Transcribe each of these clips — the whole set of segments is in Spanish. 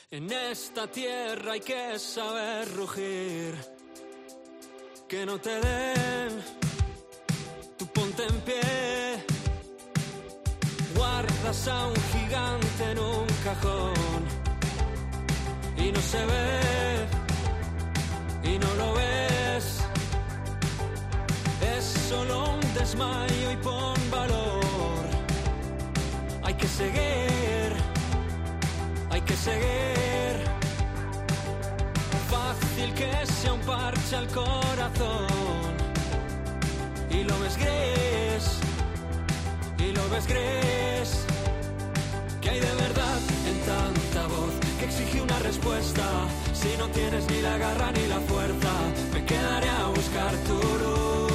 En esta tierra hay que saber rugir, que no te den, tú ponte en pie. Guardas a un gigante en un cajón y no se ve, y no lo ves. Es solo un desmayo y pon valor. Hay que seguir, hay que seguir. Fácil que sea un parche al corazón y lo ves gris, y lo ves gris. ¿Qué hay de verdad en tanta voz que exige una respuesta? Si no tienes ni la garra ni la fuerza, me quedaré a buscar tu luz.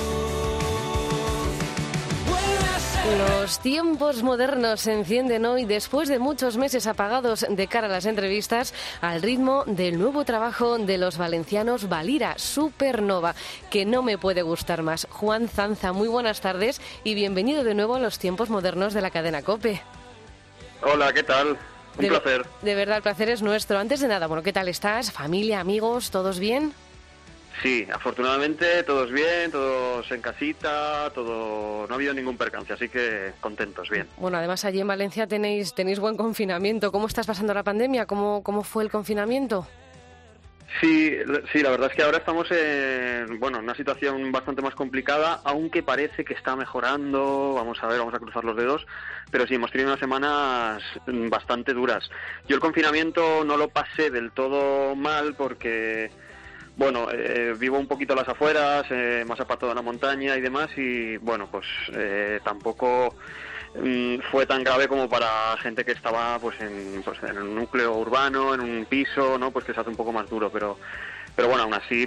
Los tiempos modernos se encienden hoy después de muchos meses apagados de cara a las entrevistas al ritmo del nuevo trabajo de los valencianos Valira, Supernova, que no me puede gustar más. Juan Zanza, muy buenas tardes y bienvenido de nuevo a los tiempos modernos de la cadena COPE. Hola, ¿qué tal? Un placer. De verdad, el placer es nuestro. Antes de nada, ¿qué tal estás? ¿Familia, amigos, todos bien? Sí, afortunadamente todos bien, todos en casita, no ha habido ningún percance, así que contentos, bien. Bueno, además allí en Valencia tenéis buen confinamiento. ¿Cómo estás pasando la pandemia? ¿Cómo fue el confinamiento? Sí, la verdad es que ahora estamos en una situación bastante más complicada, aunque parece que está mejorando. Vamos a ver, vamos a cruzar los dedos, pero sí, hemos tenido unas semanas bastante duras. Yo el confinamiento no lo pasé del todo mal porque vivo un poquito a las afueras, más apartado de la montaña y demás, y tampoco fue tan grave como para gente que estaba en un núcleo urbano, en un piso, ¿no? Pues que se hace un poco más duro, pero aún así,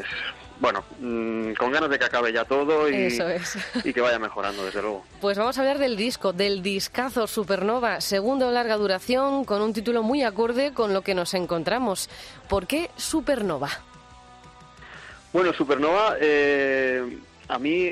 con ganas de que acabe ya todo y que vaya mejorando, desde luego. Pues vamos a hablar del discazo Supernova, segundo de larga duración, con un título muy acorde con lo que nos encontramos. ¿Por qué Supernova? Bueno, Supernova, a mí,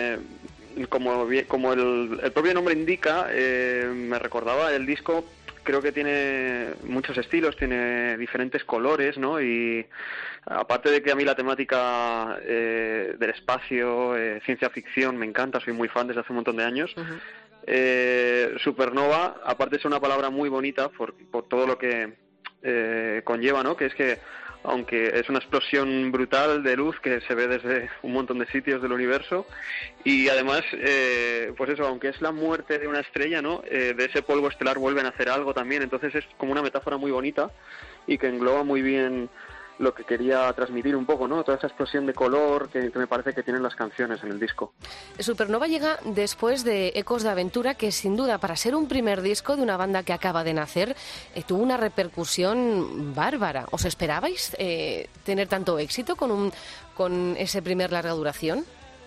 como el propio nombre indica, me recordaba el disco. Creo que tiene muchos estilos, tiene diferentes colores, ¿no? Y aparte de que a mí la temática del espacio, ciencia ficción, me encanta, soy muy fan desde hace un montón de años. Uh-huh. Supernova, aparte es una palabra muy bonita por todo lo que conlleva, ¿no? Que es que aunque es una explosión brutal de luz que se ve desde un montón de sitios del universo, y además, aunque es la muerte de una estrella, ¿no? De ese polvo estelar vuelven a hacer algo también, entonces es como una metáfora muy bonita y que engloba muy bien lo que quería transmitir un poco, ¿no? Toda esa explosión de color que me parece que tienen las canciones en el disco. Supernova llega después de Ecos de Aventura, que sin duda, para ser un primer disco de una banda que acaba de nacer, tuvo una repercusión bárbara. ¿Os esperabais tener tanto éxito con ese primer larga duración?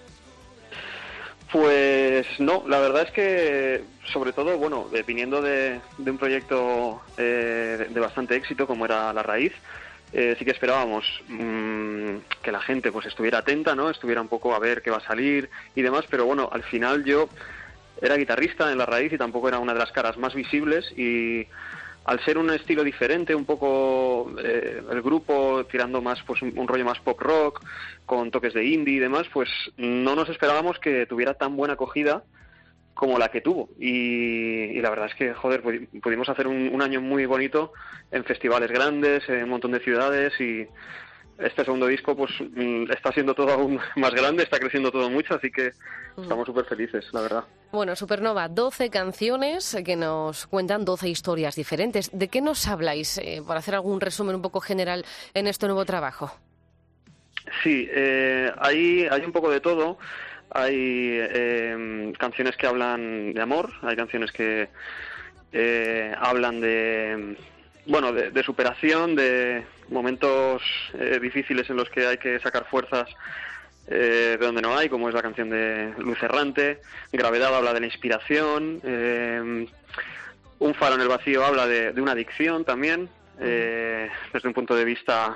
Pues no, la verdad es que, sobre todo, viniendo de un proyecto de bastante éxito como era La Raíz, sí que esperábamos que la gente pues estuviera atenta, ¿no? Estuviera un poco a ver qué va a salir y demás, pero al final yo era guitarrista en La Raíz y tampoco era una de las caras más visibles, y al ser un estilo diferente, un poco el grupo tirando más pues un rollo más pop rock, con toques de indie y demás, pues no nos esperábamos que tuviera tan buena acogida como la que tuvo, y la verdad es que, pudimos hacer un año muy bonito en festivales grandes, en un montón de ciudades, y este segundo disco pues está siendo todo aún más grande, está creciendo todo mucho, así que estamos súper felices, la verdad. Bueno, Supernova, 12 canciones que nos cuentan 12 historias diferentes. ¿De qué nos habláis, por hacer algún resumen un poco general en este nuevo trabajo? Sí, hay un poco de todo. Hay canciones que hablan de amor, hay canciones que hablan de superación, de momentos difíciles en los que hay que sacar fuerzas de donde no hay, como es la canción de Luz Errante. Gravedad habla de la inspiración. Un faro en el vacío habla de una adicción también, desde un punto de vista...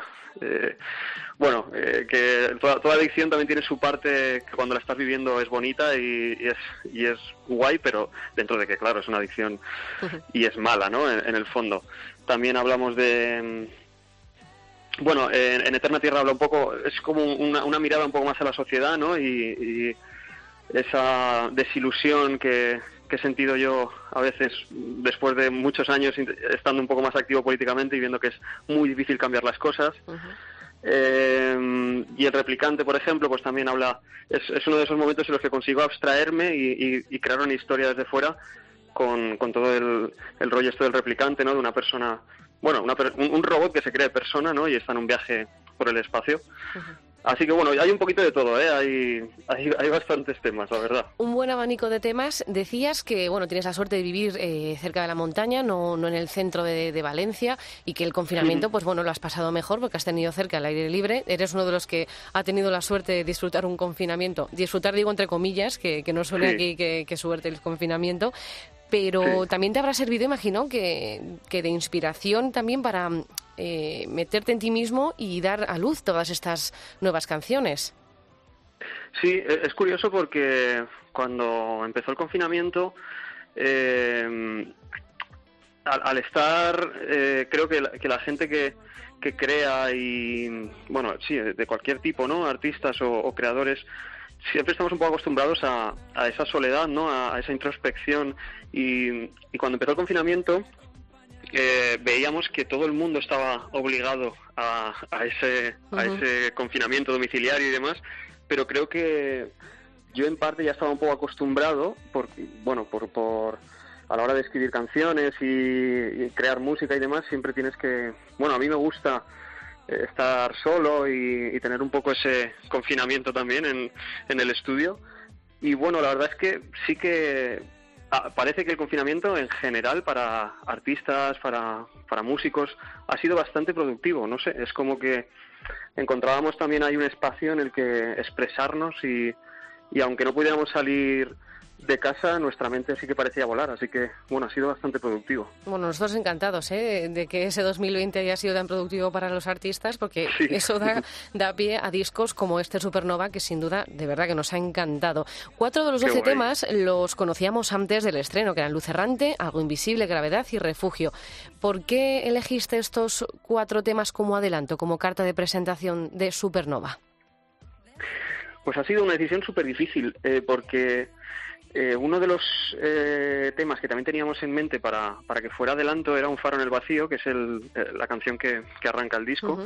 que toda adicción también tiene su parte que cuando la estás viviendo es bonita y es guay, pero dentro de que, claro, es una adicción y es mala, ¿no? En el fondo. también hablamos de... Bueno, en Eterna Tierra habla un poco, es como una mirada un poco más a la sociedad, ¿no? Y esa desilusión que he sentido yo a veces después de muchos años estando un poco más activo políticamente y viendo que es muy difícil cambiar las cosas. Y el Replicante, por ejemplo, pues también habla, es uno de esos momentos en los que consigo abstraerme y crear una historia desde fuera con todo el rollo esto del replicante, ¿no? De una persona, bueno, un robot que se cree persona, ¿no? Y está en un viaje por el espacio. Así que bueno, hay un poquito de todo, ¿eh? Hay bastantes temas, la verdad. Un buen abanico de temas. Decías que, bueno, tienes la suerte de vivir cerca de la montaña, no en el centro de Valencia, y que el confinamiento, pues bueno, lo has pasado mejor porque has tenido cerca el aire libre. Eres uno de los que ha tenido la suerte de disfrutar un confinamiento. Disfrutar, digo, entre comillas, que no suene aquí que suerte el confinamiento. Pero también te habrá servido, imagino, que de inspiración también para meterte en ti mismo y dar a luz todas estas nuevas canciones. Sí, es curioso porque cuando empezó el confinamiento, al estar, creo que la gente que crea y, bueno, sí, de cualquier tipo, ¿no? Artistas o creadores, siempre estamos un poco acostumbrados a esa soledad, ¿no? A esa introspección y cuando empezó el confinamiento veíamos que todo el mundo estaba obligado a ese confinamiento domiciliario y demás, pero creo que yo en parte ya estaba un poco acostumbrado por a la hora de escribir canciones y crear música y demás, siempre tienes que, bueno, a mí me gusta estar solo y tener un poco ese confinamiento también en el estudio. Y bueno, la verdad es que sí que parece que el confinamiento en general para artistas, para músicos, ha sido bastante productivo. No sé, es como que encontrábamos también ahí un espacio en el que expresarnos y aunque no pudiéramos salir de casa, nuestra mente sí que parecía volar, así que, bueno, ha sido bastante productivo. Bueno, nosotros encantados, de que ese 2020 haya sido tan productivo para los artistas, porque eso da pie a discos como este Supernova, que sin duda, de verdad que nos ha encantado. 4 de los 12 temas los conocíamos antes del estreno, que eran Luz Errante, Algo Invisible, Gravedad y Refugio. ¿Por qué elegiste estos 4 temas como adelanto, como carta de presentación de Supernova? Pues ha sido una decisión súper difícil, porque... uno de los temas que también teníamos en mente para que fuera adelanto era Un faro en el vacío, que es la canción que arranca el disco.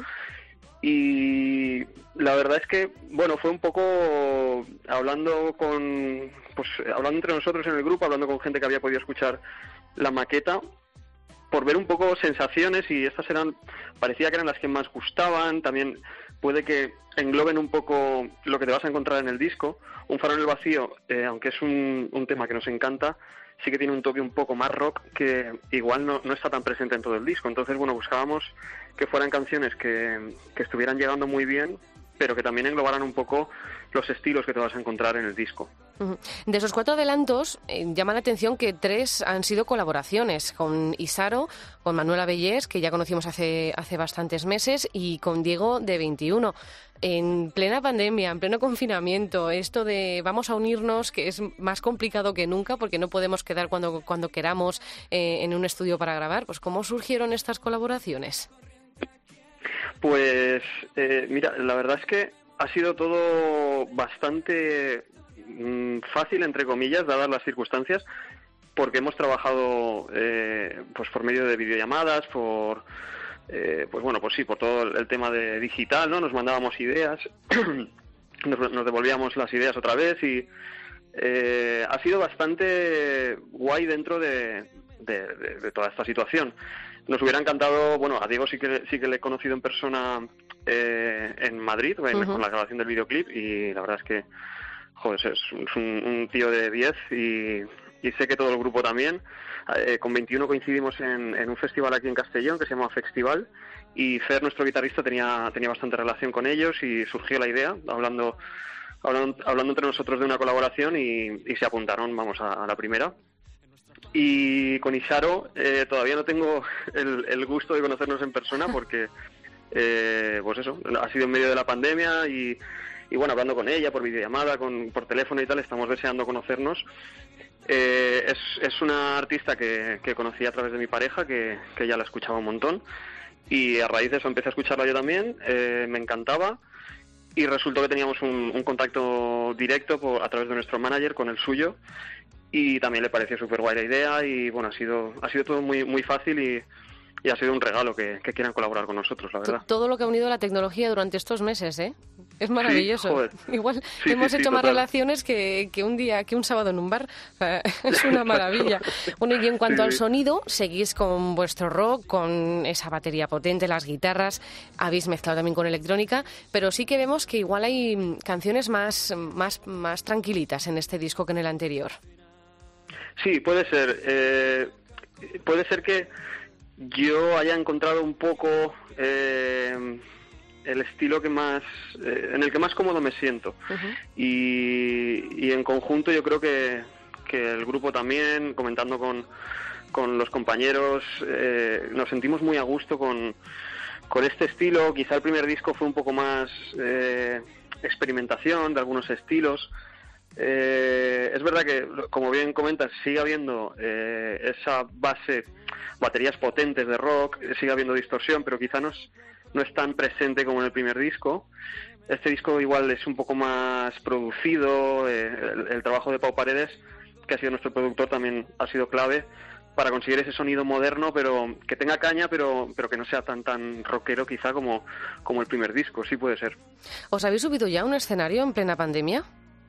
Y la verdad es que, bueno, fue un poco hablando entre nosotros en el grupo, hablando con gente que había podido escuchar la maqueta, por ver un poco sensaciones, y estas parecía que eran las que más gustaban. También puede que engloben un poco lo que te vas a encontrar en el disco. Un faro en el vacío, aunque es un tema que nos encanta, sí que tiene un toque un poco más rock que igual no está tan presente en todo el disco. Entonces, bueno, buscábamos que fueran canciones que estuvieran llegando muy bien, pero que también englobaran un poco los estilos que te vas a encontrar en el disco. De esos 4 adelantos, llama la atención que 3 han sido colaboraciones, con Isaro, con Manuela Bellés, que ya conocimos hace bastantes meses, y con Diego de 21. En plena pandemia, en pleno confinamiento, esto de vamos a unirnos, que es más complicado que nunca porque no podemos quedar cuando queramos en un estudio para grabar, pues ¿cómo surgieron estas colaboraciones? Pues mira, la verdad es que ha sido todo bastante fácil, entre comillas, dadas las circunstancias, porque hemos trabajado pues por medio de videollamadas, por todo el tema de digital, ¿no? Nos mandábamos ideas, nos devolvíamos las ideas otra vez y ha sido bastante guay dentro de toda esta situación. Nos hubiera encantado, bueno, a Diego sí que le he conocido en persona en Madrid, con la grabación del videoclip, y la verdad es que, joder, es un tío de 10 y sé que todo el grupo también. Con 21 coincidimos en un festival aquí en Castellón que se llama Festival, y Fer, nuestro guitarrista, tenía bastante relación con ellos y surgió la idea, hablando entre nosotros de una colaboración, y se apuntaron, vamos, a la primera. Y con Isaro todavía no tengo el gusto de conocernos en persona porque, pues eso, ha sido en medio de la pandemia y bueno, hablando con ella por videollamada, por teléfono y tal, estamos deseando conocernos. Es una artista que conocí a través de mi pareja, que ya la escuchaba un montón, y a raíz de eso empecé a escucharla yo también, me encantaba, y resultó que teníamos un contacto directo a través de nuestro manager con el suyo, y también le pareció súper guay la idea, y bueno, ha sido todo muy, muy fácil y ha sido un regalo que quieran colaborar con nosotros, la verdad. Todo lo que ha unido la tecnología durante estos meses, ¿eh? Es maravilloso. Sí, joder. Igual Sí, hemos hecho más total. relaciones que un sábado en un bar. O sea, es una maravilla. Bueno, y en cuanto al sonido, seguís con vuestro rock, con esa batería potente, las guitarras, habéis mezclado también con electrónica, pero sí que vemos que igual hay canciones más tranquilitas en este disco que en el anterior. Sí, puede ser. Puede ser que yo haya encontrado un poco el estilo que más en el que más cómodo me siento. Uh-huh. Y en conjunto yo creo que el grupo también, comentando con los compañeros, nos sentimos muy a gusto con este estilo. Quizá el primer disco fue un poco más experimentación de algunos estilos. Es verdad que, como bien comentas, sigue habiendo esa base, baterías potentes de rock, sigue habiendo distorsión, pero quizá no es tan presente como en el primer disco. Este disco igual es un poco más producido, el trabajo de Pau Paredes, que ha sido nuestro productor, también ha sido clave para conseguir ese sonido moderno, pero que tenga caña, pero que no sea tan rockero quizá como el primer disco. Sí, puede ser. ¿Os habéis subido ya a un escenario en plena pandemia?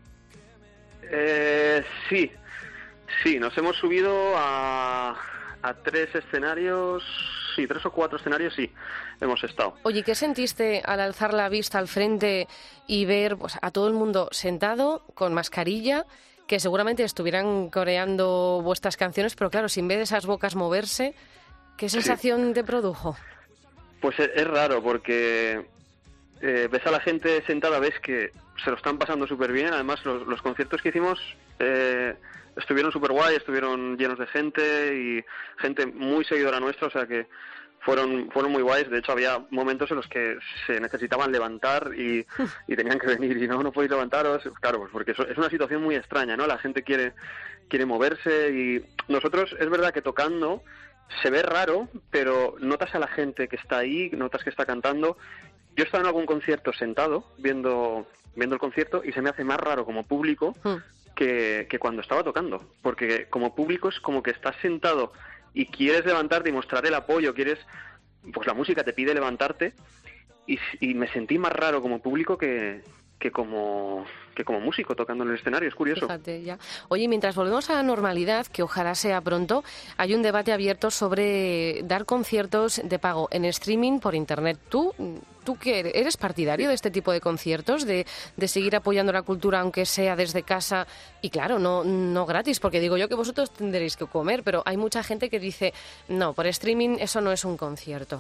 Sí, nos hemos subido a 3 escenarios, sí, 3 o 4 escenarios, sí, hemos estado. Oye, ¿qué sentiste al alzar la vista al frente y ver pues, a todo el mundo sentado, con mascarilla, que seguramente estuvieran coreando vuestras canciones, pero claro, sin ver esas bocas moverse, ¿qué sensación te produjo? Pues es raro, porque ves a la gente sentada, ves que se lo están pasando súper bien. Además, los conciertos que hicimos estuvieron súper guay, estuvieron llenos de gente y gente muy seguidora nuestra, o sea que fueron muy guays. De hecho, había momentos en los que se necesitaban levantar y tenían que venir y no podéis levantaros. Claro, pues porque es una situación muy extraña, ¿no? La gente quiere moverse y nosotros, es verdad que tocando se ve raro, pero notas a la gente que está ahí, notas que está cantando. Yo he estado en algún concierto sentado viendo el concierto y se me hace más raro como público que cuando estaba tocando, porque como público es como que estás sentado y quieres levantarte y mostrar el apoyo, pues la música te pide levantarte y me sentí más raro como público que como músico tocando en el escenario. Es curioso. Fíjate, ya. Oye, mientras volvemos a la normalidad, que ojalá sea pronto, hay un debate abierto sobre dar conciertos de pago en streaming por internet. ¿Tú qué eres partidario de este tipo de conciertos, de seguir apoyando la cultura aunque sea desde casa y claro, no gratis? Porque digo yo que vosotros tendréis que comer, pero hay mucha gente que dice, no, por streaming eso no es un concierto.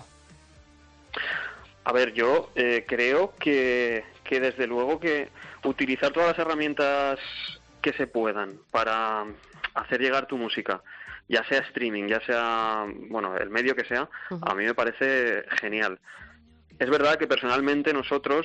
A ver, yo creo que desde luego que utilizar todas las herramientas que se puedan para hacer llegar tu música, ya sea streaming, ya sea, bueno, el medio que sea, a mí me parece genial. Es verdad que personalmente nosotros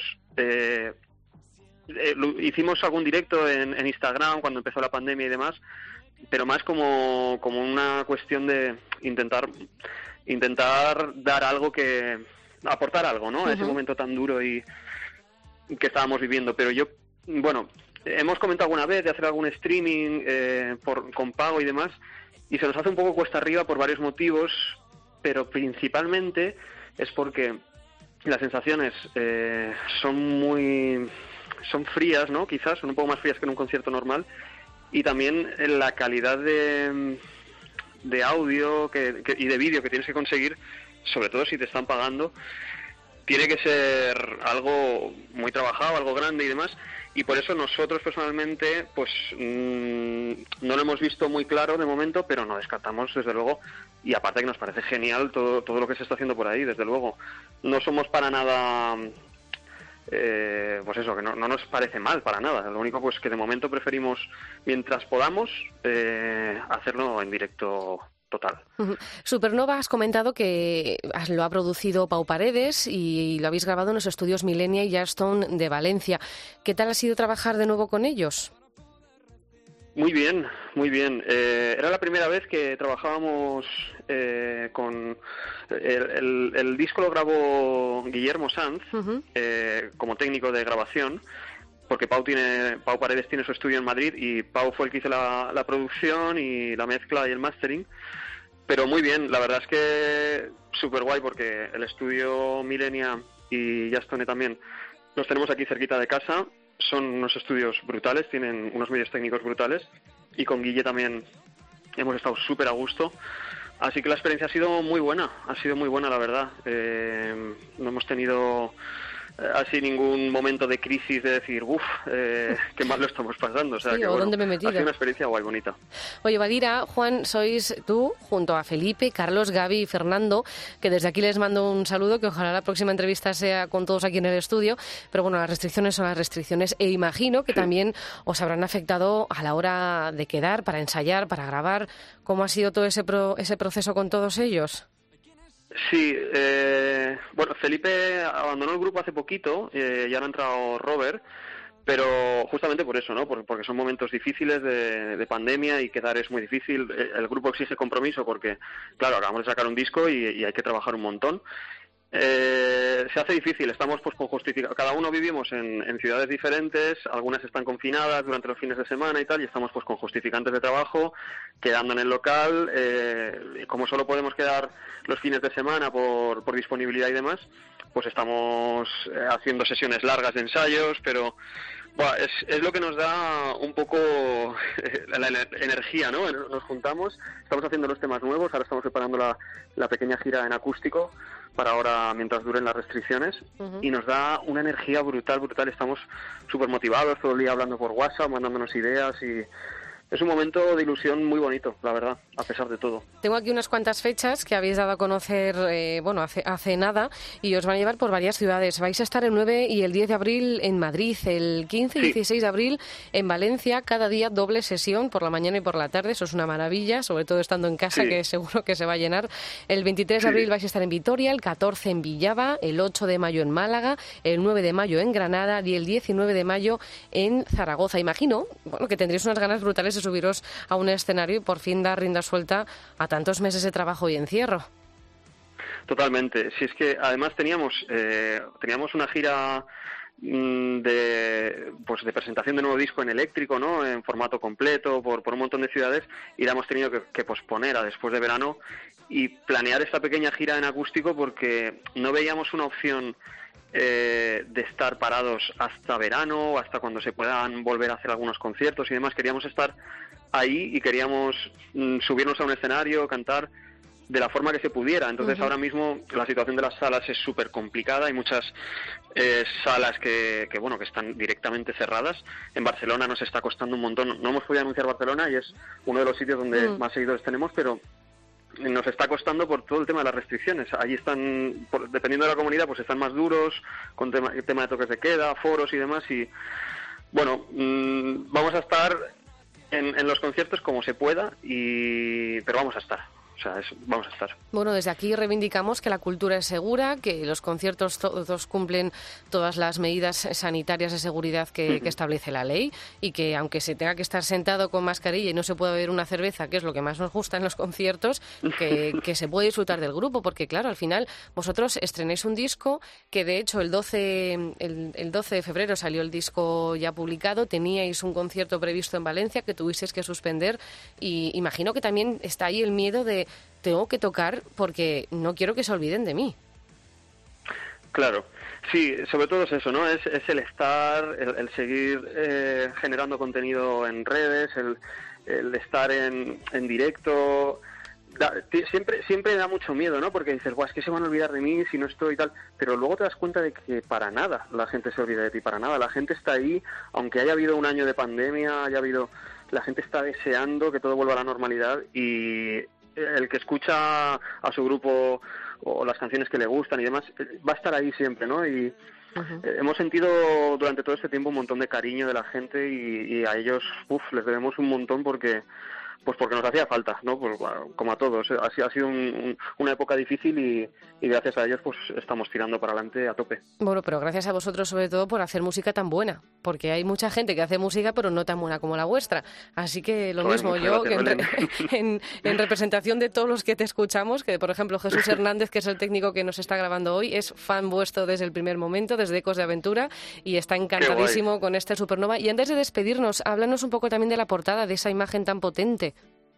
hicimos algún directo en Instagram cuando empezó la pandemia y demás, pero más como una cuestión de intentar dar algo aportar algo, ¿no? A ese momento tan duro y que estábamos viviendo. Pero hemos comentado alguna vez de hacer algún streaming con pago y demás, y se nos hace un poco cuesta arriba por varios motivos, pero principalmente es porque las sensaciones son frías, ¿no? Quizás son un poco más frías que en un concierto normal, y también la calidad de audio y de vídeo que tienes que conseguir, sobre todo si te están pagando, tiene que ser algo muy trabajado, algo grande y demás, y por eso nosotros personalmente pues no lo hemos visto muy claro de momento, pero no descartamos desde luego, y aparte que nos parece genial todo lo que se está haciendo por ahí, desde luego. No somos para nada pues eso, que no nos parece mal para nada. Lo único pues que de momento preferimos, mientras podamos, hacerlo en directo total. Supernova, has comentado que lo ha producido Pau Paredes y lo habéis grabado en los estudios Millenia y Jarstone de Valencia. ¿Qué tal ha sido trabajar de nuevo con ellos? Muy bien, muy bien. Era la primera vez que trabajábamos con... El disco lo grabó Guillermo Sanz como técnico de grabación, porque Pau Paredes tiene su estudio en Madrid y Pau fue el que hizo la producción y la mezcla y el mastering. Pero muy bien, la verdad es que súper guay porque el estudio Millenia y Yastone también los tenemos aquí cerquita de casa. Son unos estudios brutales, tienen unos medios técnicos brutales y con Guille también hemos estado súper a gusto. Así que la experiencia ha sido muy buena la verdad. No hemos tenido así ningún momento de crisis de decir, qué mal lo estamos pasando. O sea, sí, que, o bueno, dónde me he metido. Ha sido una experiencia guay, bonita. Oye, Valira, Juan, sois tú, junto a Felipe, Carlos, Gaby y Fernando, que desde aquí les mando un saludo, que ojalá la próxima entrevista sea con todos aquí en el estudio, pero bueno, las restricciones son las restricciones e imagino que también os habrán afectado a la hora de quedar, para ensayar, para grabar. ¿Cómo ha sido todo ese proceso con todos ellos? Sí, bueno, Felipe abandonó el grupo hace poquito, ya no ha entrado Robert, pero justamente por eso, ¿no? Porque son momentos difíciles de pandemia y quedar es muy difícil. El grupo exige compromiso porque, claro, acabamos de sacar un disco y hay que trabajar un montón. Se hace difícil, estamos pues con justificación. Cada uno vivimos en ciudades diferentes, algunas están confinadas durante los fines de semana y tal, y estamos pues con justificantes de trabajo, quedando en el local. Como solo podemos quedar los fines de semana por disponibilidad y demás, pues estamos haciendo sesiones largas de ensayos, pero bueno, es lo que nos da un poco la energía, ¿no? Nos juntamos, estamos haciendo los temas nuevos, ahora estamos preparando la pequeña gira en acústico para ahora mientras duren las restricciones, y nos da una energía brutal, estamos súper motivados, todo el día hablando por WhatsApp, mandándonos ideas y es un momento de ilusión muy bonito, la verdad, a pesar de todo. Tengo aquí unas cuantas fechas que habéis dado a conocer hace nada y os van a llevar por varias ciudades. Vais a estar el 9 y el 10 de abril en Madrid, el 15 y 16 de abril en Valencia, cada día doble sesión por la mañana y por la tarde. Eso es una maravilla, sobre todo estando en casa, que seguro que se va a llenar. El 23 de abril vais a estar en Vitoria, el 14 en Villava, el 8 de mayo en Málaga, el 9 de mayo en Granada y el 19 de mayo en Zaragoza. Imagino que tendréis unas ganas brutales de subiros a un escenario y por fin dar rienda suelta a tantos meses de trabajo y encierro. Totalmente. Si es que además teníamos una gira de presentación de nuevo disco en eléctrico, ¿no? En formato completo por un montón de ciudades, y la hemos tenido que posponer a después de verano y planear esta pequeña gira en acústico porque no veíamos una opción de estar parados hasta verano, hasta cuando se puedan volver a hacer algunos conciertos y demás. Queríamos estar ahí y queríamos subirnos a un escenario, cantar de la forma que se pudiera. Entonces ahora mismo la situación de las salas es súper complicada. Hay muchas salas que están directamente cerradas. En Barcelona nos está costando un montón. No hemos podido anunciar Barcelona y es uno de los sitios donde más seguidores tenemos, pero nos está costando por todo el tema de las restricciones. Allí están, dependiendo de la comunidad, pues están más duros con tema de toques de queda, foros y demás. Y bueno, vamos a estar en los conciertos como se pueda, pero vamos a estar. Vamos a estar. Bueno, desde aquí reivindicamos que la cultura es segura, que los conciertos todos cumplen todas las medidas sanitarias de seguridad que establece la ley y que aunque se tenga que estar sentado con mascarilla y no se pueda beber una cerveza, que es lo que más nos gusta en los conciertos, que se puede disfrutar del grupo, porque claro, al final vosotros estrenéis un disco que de hecho el 12 de febrero salió el disco ya publicado, teníais un concierto previsto en Valencia que tuvisteis que suspender y imagino que también está ahí el miedo de tengo que tocar porque no quiero que se olviden de mí. Claro, sí, sobre todo es eso, ¿no? Es el estar, el seguir generando contenido en redes, el estar en directo. Siempre da mucho miedo, ¿no? Porque dices, es que se van a olvidar de mí si no estoy y tal, pero luego te das cuenta de que para nada la gente se olvida de ti, para nada. La gente está ahí, aunque haya habido un año de pandemia, la gente está deseando que todo vuelva a la normalidad y el que escucha a su grupo o las canciones que le gustan y demás va a estar ahí siempre, ¿no? Y hemos sentido durante todo este tiempo un montón de cariño de la gente y a ellos les debemos un montón porque pues porque nos hacía falta, ¿no? Pues bueno, como a todos, ha sido una época difícil y gracias a ellos pues estamos tirando para adelante a tope. Bueno, pero gracias a vosotros sobre todo por hacer música tan buena, porque hay mucha gente que hace música pero no tan buena como la vuestra, así que lo mismo, yo en representación de todos los que te escuchamos, que por ejemplo Jesús Hernández, que es el técnico que nos está grabando hoy, es fan vuestro desde el primer momento, desde Ecos de Aventura, y está encantadísimo con este Supernova. Y antes de despedirnos, háblanos un poco también de la portada, de esa imagen tan potente.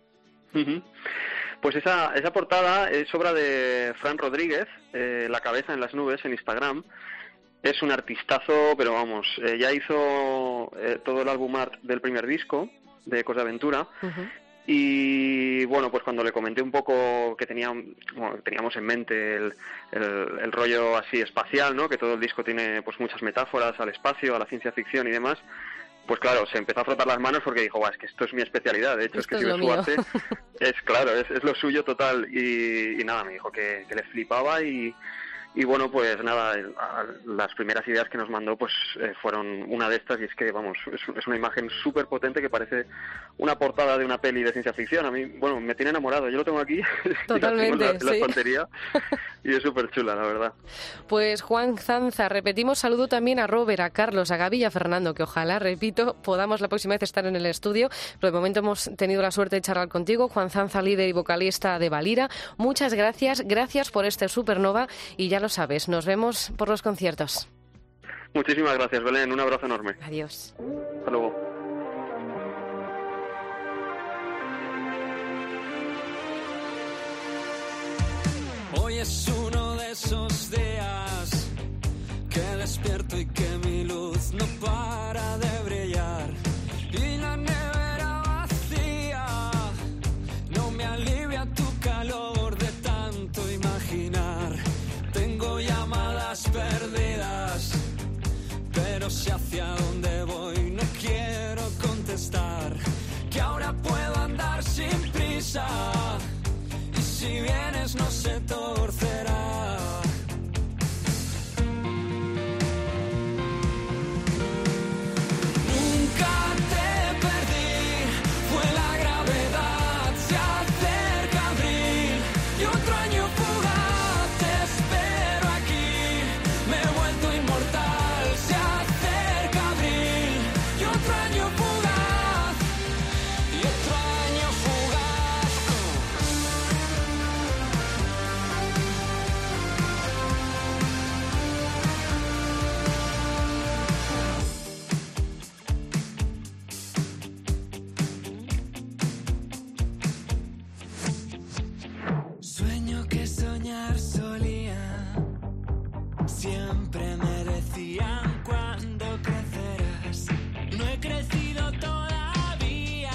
Pues esa portada es obra de Fran Rodríguez, La cabeza en las nubes, en Instagram. Es un artistazo, pero vamos, ya hizo todo el álbum art del primer disco de Ecos de Aventura. Y bueno, pues cuando le comenté un poco que teníamos en mente el rollo así espacial, ¿no? Que todo el disco tiene pues muchas metáforas al espacio, a la ciencia ficción y demás, pues claro, se empezó a frotar las manos porque dijo, es que esto es mi especialidad, de hecho esto es que si ves su arte, es lo suyo total. Y nada, me dijo que le flipaba y bueno, pues nada, las primeras ideas que nos mandó pues fueron una de estas, y es que, vamos, es una imagen súper potente que parece una portada de una peli de ciencia ficción. A mí, bueno, me tiene enamorado, yo lo tengo aquí, totalmente, en la estantería, y es súper chula, la verdad. Pues Juan Zanza, repetimos saludo también a Robert, a Carlos, a Gaby y a Fernando, que ojalá, repito, podamos la próxima vez estar en el estudio, pero de momento hemos tenido la suerte de charlar contigo. Juan Zanza, líder y vocalista de Valira, muchas gracias por este Supernova, y ya lo sabes, nos vemos por los conciertos. Muchísimas gracias, Belén, un abrazo enorme. Adiós. Hasta luego. Hoy es uno de esos días que despierto y que mi luz no para de brillar, y la nevera vacía no me alivia tu calor de tanto imaginar. Tengo llamadas perdidas, pero sé hacia dónde voy, no quiero contestar, que ahora puedo andar sin prisa, y si vienes no se torcerá. Nunca te perdí, fue la gravedad, se acerca abril y otro año fugaz, te espero aquí, me he vuelto inmortal, se acerca abril y otro año fugaz, y otro año fugaz. Sueño que soñar solía, siempre me decían cuándo crecerás. No he crecido todavía,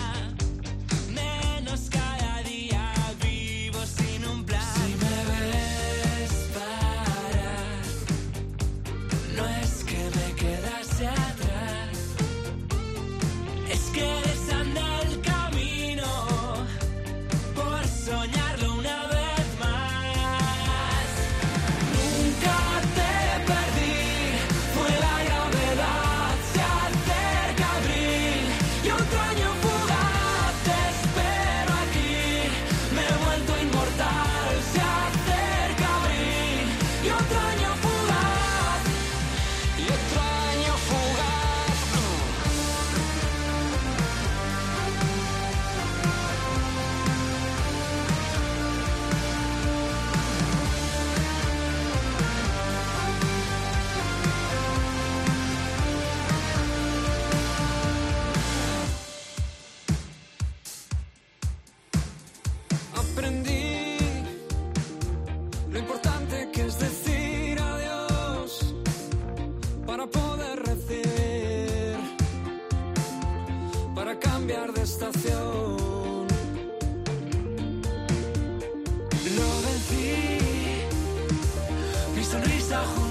menos cada día, vivo sin un plan. Si me ves parar, no es que me quedase atrás, es que desandé el camino por soñarlo una vez más. Nunca te perdí, fue la gravedad, se acerca abril y otro año fugaz, te espero aquí, me he vuelto inmortal, se acerca abril y otro año fugaz, y otro año fugaz. Aprendí lo importante que es decir adiós para poder recibir, para cambiar de estación. Lo vencí, mi sonrisa